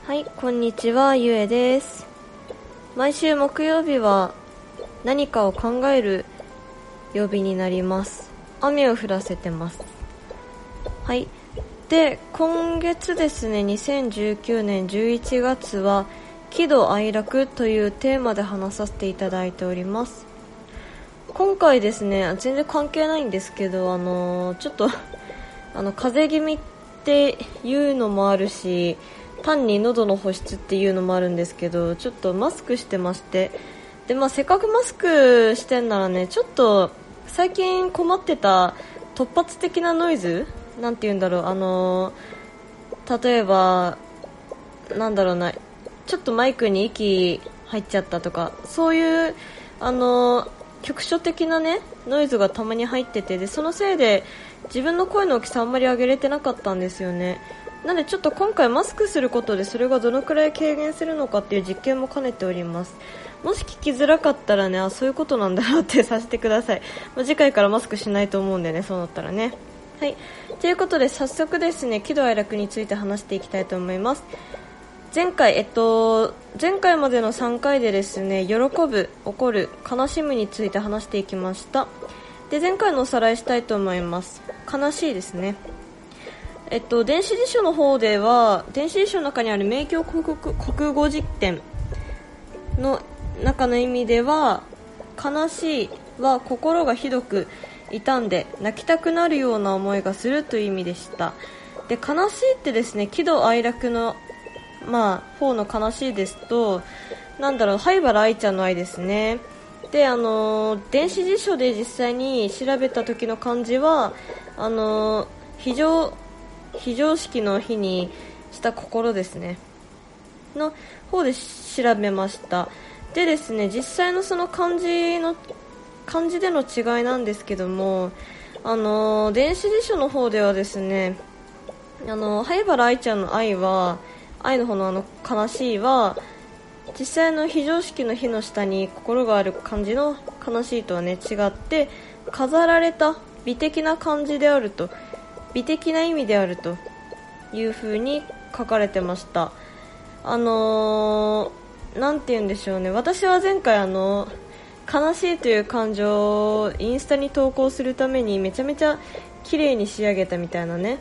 はい、こんにちは、ゆえです。毎週木曜日は何かを考える曜日になります。雨を降らせてます。はい。で、今月ですね、2019年11月は喜怒哀楽というテーマで話させていただいております。今回ですね、全然関係ないんですけど、ちょっと風邪気味っていうのもあるし、単に喉の保湿っていうのもあるんですけど、ちょっとマスクしてまして、で、せっかくマスクしてんならね、ちょっと最近困ってた突発的なノイズなんて言うんだろう、例えばなんだろうな、ちょっとマイクに息入っちゃったとか、そういう局所的なねノイズがたまに入ってて、でそのせいで自分の声の大きさあんまり上げれてなかったんですよね。なのでちょっと今回マスクすることでそれがどのくらい軽減するのかっていう実験も兼ねております。もし聞きづらかったらね、そういうことなんだなってさせてください。次回からマスクしないと思うんでね、そうなったらね。はい、ということで早速ですね、喜怒哀楽について話していきたいと思います。前回までの3回でですね、喜ぶ、怒る、悲しむについて話していきました。で、前回のおさらいしたいと思います。悲しいですね。電子辞書の方では、電子辞書の中にある明教国語辞典の中の意味では、悲しいは心がひどく痛んで泣きたくなるような思いがするという意味でした。で、悲しいってですね、喜怒哀楽の方の悲しいですと、灰原愛ちゃんの愛ですね。で、電子辞書で実際に調べた時の漢字は、非常識の日にした心ですねの方で調べました。でですね、実際のその漢字での違いなんですけども、電子辞書の方ではですね、灰原愛ちゃんの愛は、愛の方の悲しいは実際の非常識の日の下に心がある漢字の悲しいとはね違って、飾られた美的な漢字であると、美的な意味であるという風に書かれてました。なんて言うんでしょうね、私は前回悲しいという感情をインスタに投稿するためにめちゃめちゃ綺麗に仕上げたみたいなね、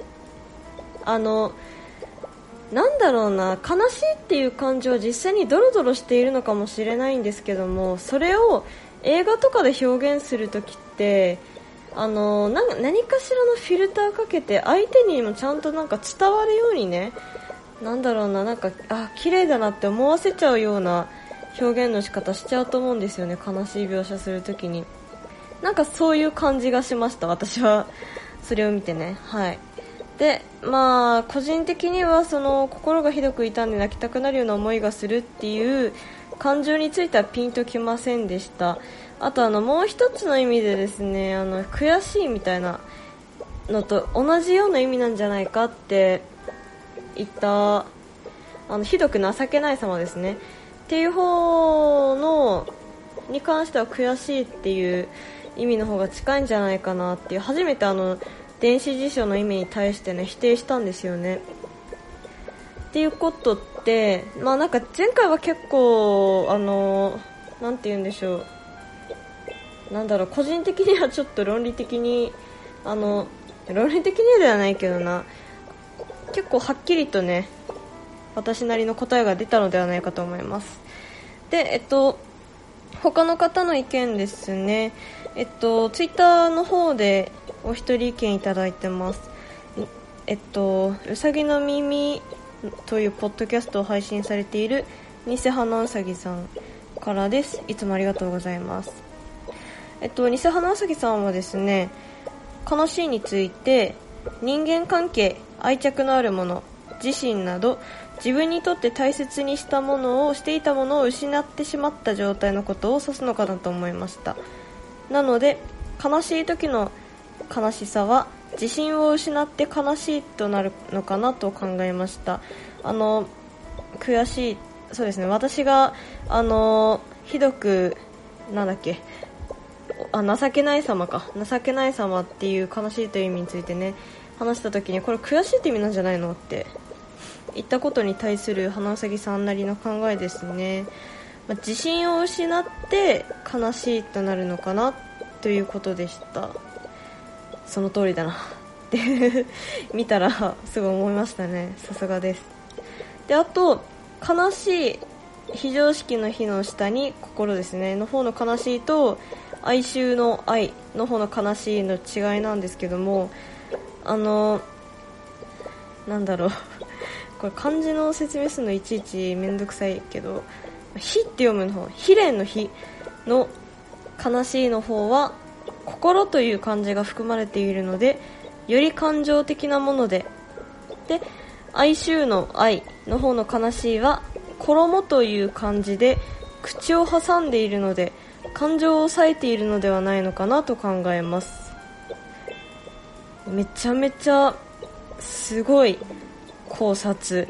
なんだろうな、悲しいっていう感情は実際にドロドロしているのかもしれないんですけども、それを映画とかで表現するときって何かしらのフィルターかけて相手にもちゃんと伝わるようにね、綺麗だなって思わせちゃうような表現の仕方しちゃうと思うんですよね、悲しい描写するときに。そういう感じがしました、私はそれを見てね。はい。で、個人的にはその心がひどく痛んで泣きたくなるような思いがするっていう感情についてはピンときませんでした。あともう一つの意味でですね、悔しいみたいなのと同じような意味なんじゃないかって言ったひどく情けない様ですねっていう方のに関しては、悔しいっていう意味の方が近いんじゃないかなっていう、初めて電子辞書の意味に対してね否定したんですよね。っていうことって、前回は結構なんて言うんでしょう、個人的にはちょっと論理的にではないけどな、結構はっきりとね私なりの答えが出たのではないかと思います。で、他の方の意見ですね。ツイッターの方でお一人意見いただいてます。うさぎの耳というポッドキャストを配信されている偽花うさぎさんからです。いつもありがとうございます。偽花うさぎさんはですね、悲しいについて、人間関係、愛着のあるもの、自身など自分にとって大切にしていたものを失ってしまった状態のことを指すのかなと思いました。なので悲しい時の悲しさは自信を失って悲しいとなるのかなと考えました。悔しい、そうですね、私がひどく情けない様っていう悲しいという意味についてね話した時に、これ悔しいって意味なんじゃないのって言ったことに対する花うさぎさんなりの考えですね。自信を失って悲しいとなるのかなということでした。その通りだなって見たらすごい思いましたね。さすがです。で、あと悲しい、非常識の日の下に心ですねの方の悲しいと哀愁の愛の方の悲しいの違いなんですけども、なんだろうこれ漢字の説明するのいちいちめんどくさいけど、火って読むの方、悲恋の火の悲しいの方は心という漢字が含まれているので、より感情的なもので、哀愁の愛の方の悲しいは衣という漢字で口を挟んでいるので、感情を抑えているのではないのかなと考えます。めちゃめちゃすごい考察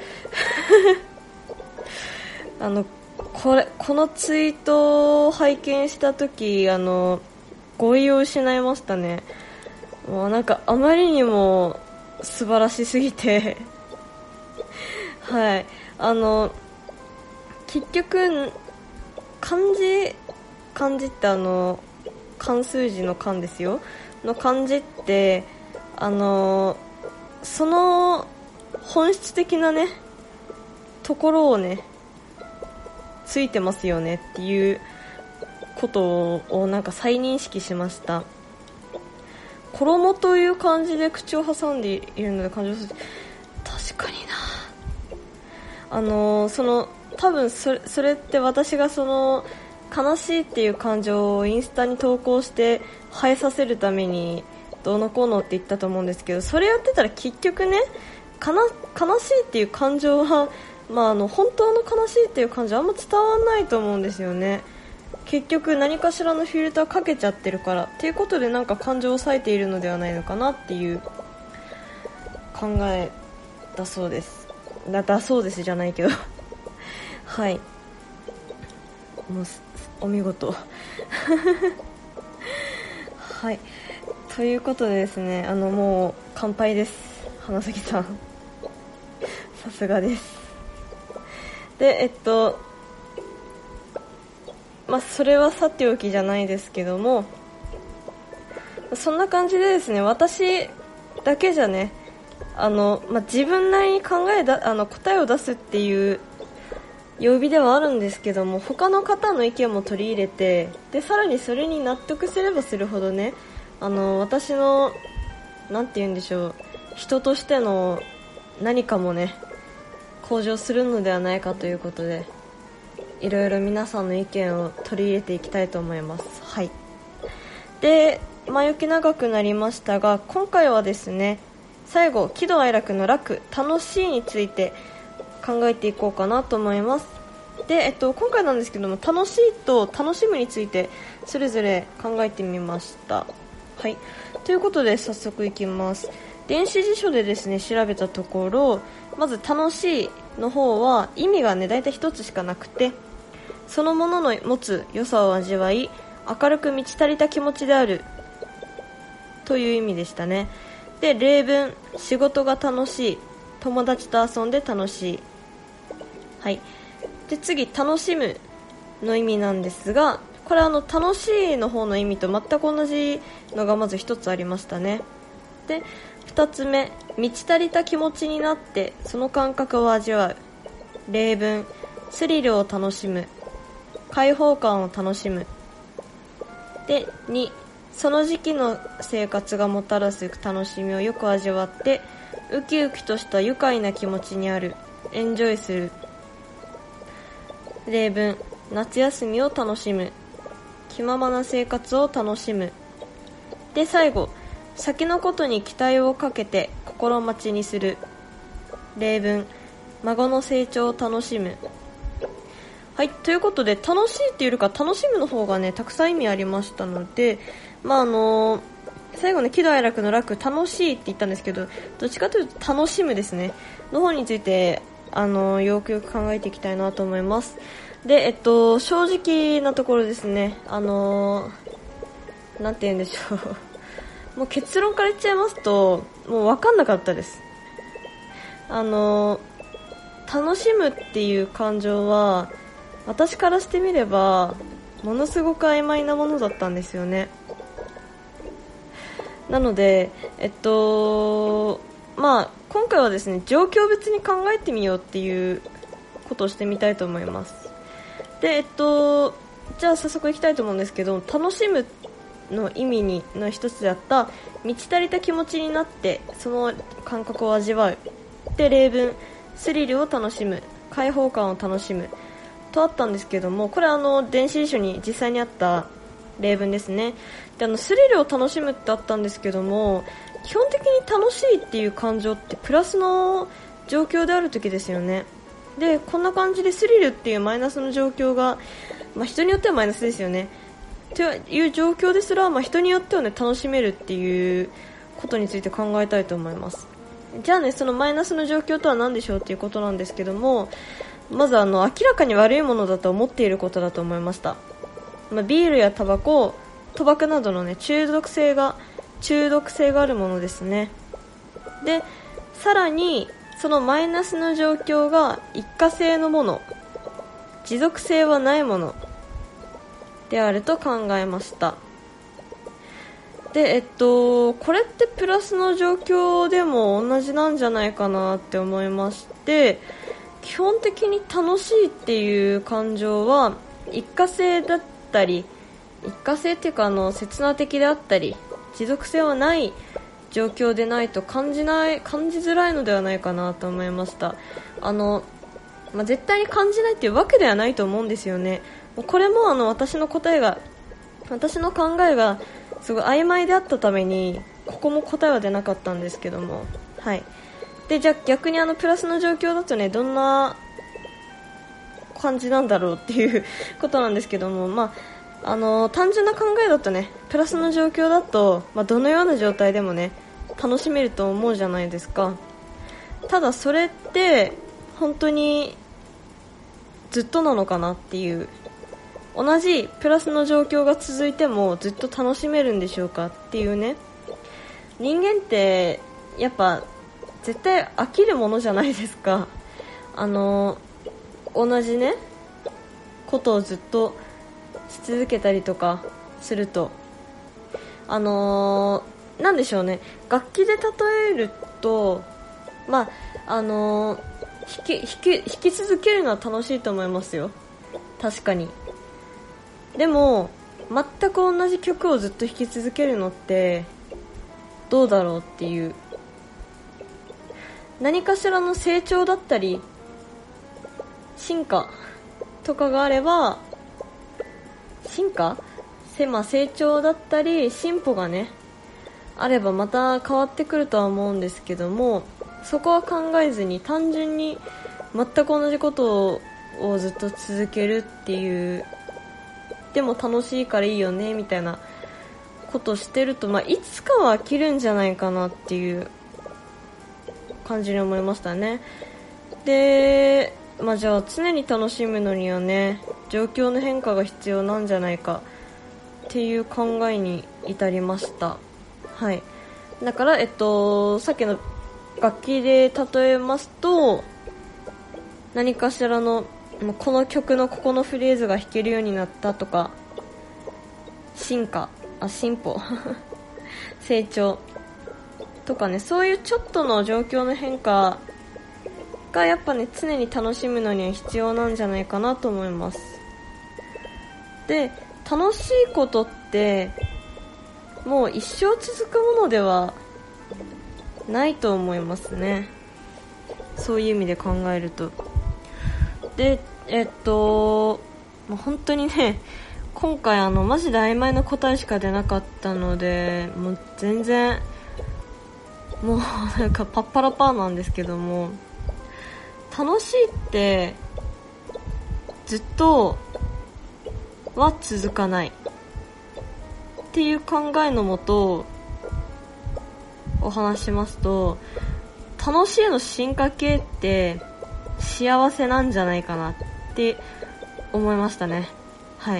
このツイートを拝見したとき語彙を失いましたね。もうなんかあまりにも素晴らしすぎてはい結局漢字って漢数字の漢ですよの漢字ってその本質的なねところをねついてますよねっていうことをなんか再認識しました。衣という漢字で口を挟んでいるので感情する、確かにな。多分それって私がその悲しいっていう感情をインスタに投稿して映えさせるためにどうのこうのって言ったと思うんですけど、それやってたら結局ね悲しいっていう感情は、本当の悲しいっていう感情はあんま伝わらないと思うんですよね。結局何かしらのフィルターかけちゃってるからっていうことでなんか感情を抑えているのではないのかなっていう考えだそうです。だそうですじゃないけどはいもうお見事はいということでですねもう乾杯です。花咲さんさすがです。でそれはさておきじゃないですけども、そんな感じでですね、私だけじゃね自分なりに答えを出すっていう曜日ではあるんですけども、他の方の意見も取り入れて、でさらにそれに納得すればするほどね私のなんて言うんでしょう、人としての何かもね向上するのではないかということで、いろいろ皆さんの意見を取り入れていきたいと思います。はい。で、前置き長くなりましたが、今回はですね、最後喜怒哀楽の楽、楽しいについて考えていこうかなと思います。で、今回なんですけども、楽しいと楽しむについてそれぞれ考えてみました。はい。ということで早速いきます。電子辞書でですね調べたところ、まず楽しいの方は意味がねだいたい一つしかなくて、そのものの持つ良さを味わい明るく満ち足りた気持ちであるという意味でしたね。で、例文、仕事が楽しい、友達と遊んで楽しい。はい。で、次、楽しむの意味なんですが、これ楽しいの方の意味と全く同じのがまず一つありましたね。で、二つ目、満ち足りた気持ちになってその感覚を味わう。例文、スリルを楽しむ、開放感を楽しむ。で、2、その時期の生活がもたらす楽しみをよく味わってウキウキとした愉快な気持ちにある、エンジョイする。例文、夏休みを楽しむ、気ままな生活を楽しむ。で、最後、先のことに期待をかけて心待ちにする。例文、孫の成長を楽しむ。はい、ということで、楽しいっていうよりか楽しむの方がねたくさん意味ありましたので、最後ね喜怒哀楽の楽、楽しいって言ったんですけど、どっちかというと楽しむですねの方についてよくよく考えていきたいなと思います。で、正直なところですね、なんて言うんでしょうもう結論から言っちゃいますと、もう分かんなかったです。 楽しむっていう感情は私からしてみればものすごく曖昧なものだったんですよね。なので今回はですね、状況別に考えてみようっていうことをしてみたいと思います。でじゃあ早速いきたいと思うんですけど、楽しむの意味の一つであった満ち足りた気持ちになってその感覚を味わう、で例文スリルを楽しむ、開放感を楽しむとあったんですけども、これ電子辞書に実際にあった例文ですね。でスリルを楽しむってあったんですけども、基本的に楽しいっていう感情ってプラスの状況である時ですよね。でこんな感じでスリルっていうマイナスの状況が、人によってはマイナスですよねという状況ですら、人によってはね楽しめるっていうことについて考えたいと思います。じゃあね、そのマイナスの状況とは何でしょうっていうことなんですけども、まず明らかに悪いものだと思っていることだと思いました。ビールやタバコ、賭博などのね中毒性があるものですね。でさらにそのマイナスの状況が一過性のもの、持続性はないものであると考えました。でこれってプラスの状況でも同じなんじゃないかなって思いまして、基本的に楽しいっていう感情は一過性だったり、一過性っていうか刹那的であったり、持続性はない状況でないと感じづらいのではないかなと思いました。絶対に感じないっていうわけではないと思うんですよね。これも私の考えがすごい曖昧であったためにここも答えは出なかったんですけども、はい。でじゃあ逆にプラスの状況だとね、どんな感じなんだろうっていうことなんですけども、単純な考えだとね、プラスの状況だと、どのような状態でもね楽しめると思うじゃないですか。ただそれって本当にずっとなのかなっていう、同じプラスの状況が続いてもずっと楽しめるんでしょうかっていうね。人間ってやっぱ絶対飽きるものじゃないですか。同じねことをずっとし続けたりとかすると、なんでしょうね、楽器で例えると弾き続けるのは楽しいと思いますよ、確かに。でも全く同じ曲をずっと弾き続けるのってどうだろうっていう、何かしらの成長だったり進化とかがあれば、成長だったり進歩がねあればまた変わってくるとは思うんですけども、そこは考えずに単純に全く同じことをずっと続けるっていう、でも楽しいからいいよねみたいなことをしてると、いつかは飽きるんじゃないかなっていう感じに思いましたね。でじゃあ常に楽しむのにはね状況の変化が必要なんじゃないかっていう考えに至りました。はい。だからさっきの楽器で例えますと、何かしらのこの曲のここのフレーズが弾けるようになったとか、進歩成長とかね、そういうちょっとの状況の変化がやっぱね常に楽しむのには必要なんじゃないかなと思います。で楽しいことってもう一生続くものではないと思いますね、そういう意味で考えると。で本当にね今回マジで曖昧な答えしか出なかったので、もう全然もうなんかパッパラパーなんですけども、楽しいってずっとは続かないっていう考えのもとお話しますと、楽しいの進化系って幸せなんじゃないかなって思いましたね。はい。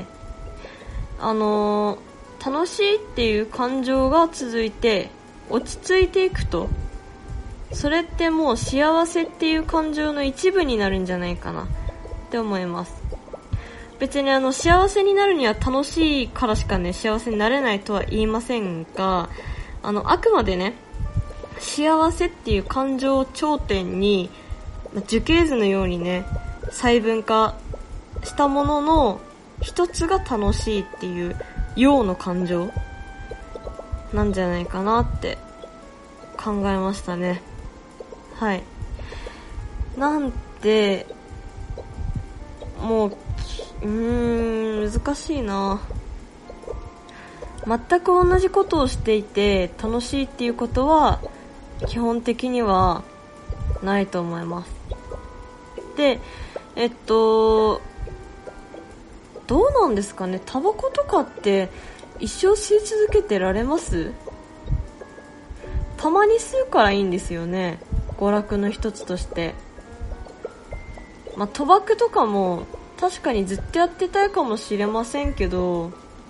楽しいっていう感情が続いて落ち着いていくと、 それってもう幸せっていう感情の一部になるんじゃないかなって思います。別に幸せになるには楽しいからしかね幸せになれないとは言いませんが、あくまでね幸せっていう感情を頂点に樹形図のようにね細分化したものの一つが楽しいっていう陽の感情なんじゃないかなって考えましたね。はい。なんでもう難しいな。全く同じことをしていて楽しいっていうことは基本的にはないと思います。でどうなんですかね。タバコとかって一生吸い続けてられます？たまに吸うからいいんですよね、娯楽の一つとして。賭博とかも確かにずっとやってたいかもしれませんけど、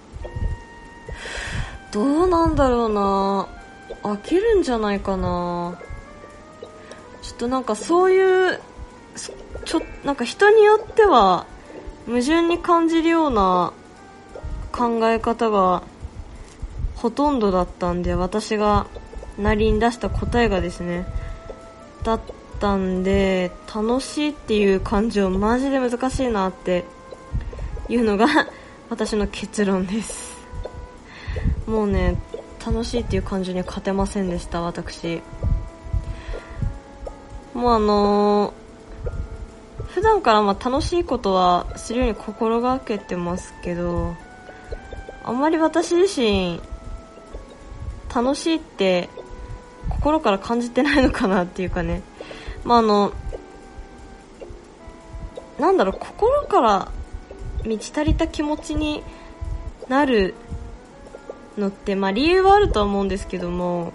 どうなんだろうな。飽きるんじゃないかな。ちょっとなんかそういうなんか人によっては矛盾に感じるような考え方がほとんどだったんで、私がなりに出した答えがですねだったんで、楽しいっていう感情マジで難しいなっていうのが私の結論です。もうね楽しいっていう感情には勝てませんでした私。もう普段から楽しいことはするように心がけてますけど、あんまり私自身楽しいって心から感じてないのかなっていうかね。なんだろう、心から満ち足りた気持ちになるのって理由はあるとは思うんですけども、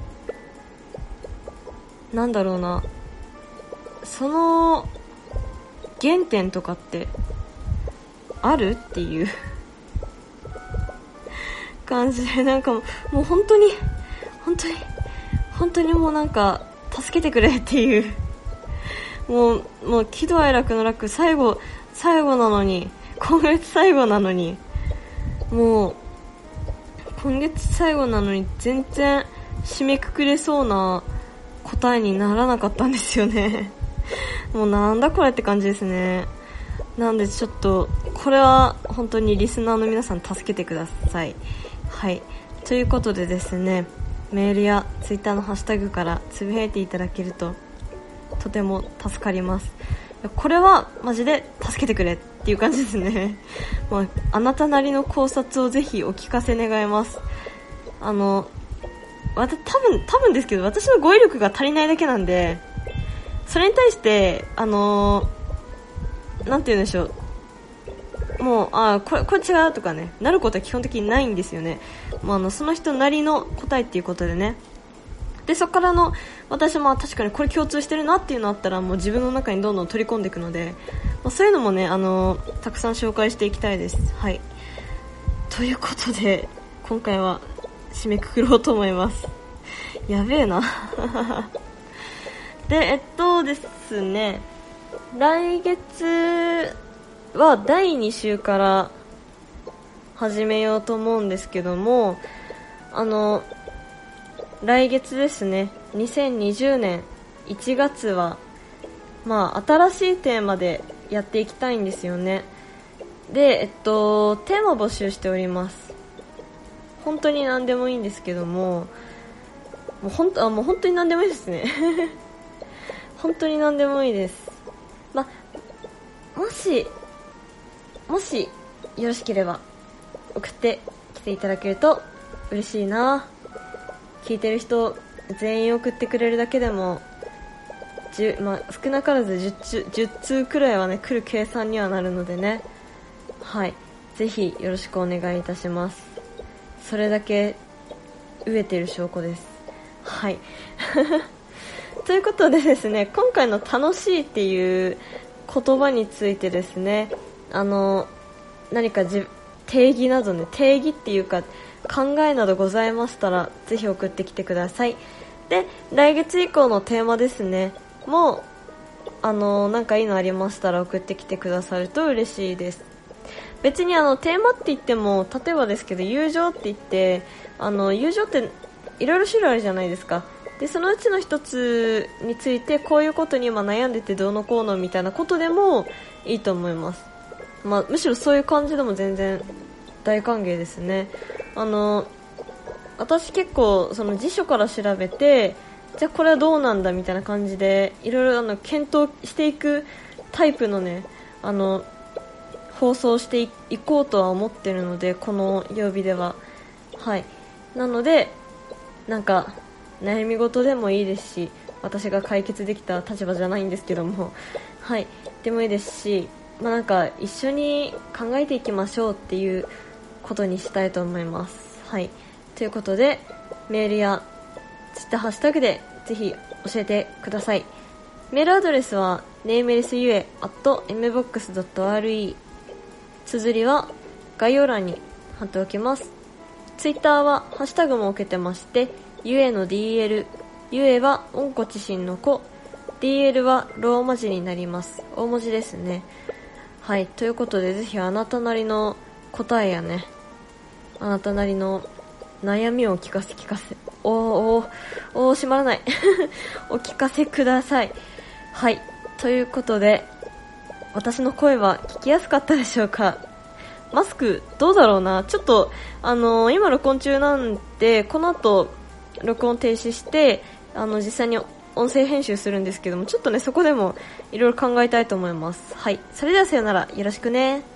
なんだろうな、その原点とかってあるっていう感じで、なんかもう本当にもうなんか助けてくれっていうもう喜怒哀楽の楽最後なのに、今月最後なのに、もう今月最後なのに全然締めくくれそうな答えにならなかったんですよねもうなんだこれって感じですね。なんでちょっとこれは本当にリスナーの皆さん助けてください。はい、ということでですね、メールやツイッターのハッシュタグからつぶやいていただけるととても助かります。これはマジで助けてくれっていう感じですねあなたなりの考察をぜひお聞かせ願います。多分ですけど私の語彙力が足りないだけなんで、それに対してなんて言うんでしょう、もうこれ違うとかねなることは基本的にないんですよね。その人なりの答えっていうことでね。でそこから私も確かにこれ共通してるなっていうのあったらもう自分の中にどんどん取り込んでいくので、そういうのもねたくさん紹介していきたいです。はい、ということで今回は締めくくろうと思います。やべえなでですね、来月は第2週から始めようと思うんですけども、来月ですね、2020年1月は新しいテーマでやっていきたいんですよね。でテーマ募集しております。本当に何でもいいんですけども、もう本当に何でもいいですね本当に何でもいいです。もしよろしければ送ってきていただけると嬉しいな。聞いてる人全員送ってくれるだけでも少なからず 10通くらいはね来る計算にはなるのでね。はい、ぜひよろしくお願いいたします。それだけ飢えてる証拠です。はいということでですね、今回の楽しいっていう言葉についてですね、何か定義などね、定義っていうか考えなどございましたらぜひ送ってきてください。 で、来月以降のテーマですねもなんかいいのありましたら送ってきてくださると嬉しいです。別にテーマって言っても、例えばですけど友情って言って友情っていろいろ種類あるじゃないですか。でそのうちの一つについてこういうことに今悩んでてどうのこうのみたいなことでもいいと思います。むしろそういう感じでも全然大歓迎ですね。私結構その辞書から調べて、じゃあこれはどうなんだみたいな感じでいろいろ検討していくタイプのね放送していこうとは思ってるので、この曜日では。はいなのでなんか悩み事でもいいですし、私が解決できた立場じゃないんですけどもはいでもいいですし、なんか一緒に考えていきましょうっていうことにしたいと思います。はいということで、メールやツイッターハッシュタグでぜひ教えてください。メールアドレスは namelessyue@mbox.re、 綴りは概要欄に貼っておきます。ツイッターはハッシュタグも受けてまして、ゆえの DL、 ゆえは温故知新の子、 DL はローマ字になります。大文字ですね。はいということで、ぜひあなたなりの答えやね、あなたなりの悩みを聞かせ閉まらないお聞かせください。はいということで、私の声は聞きやすかったでしょうか。マスクどうだろうな。ちょっと今録音中なんで、この後録音停止して実際に音声編集するんですけども、ちょっとねそこでもいろいろ考えたいと思います。はいそれではさよなら、よろしくね。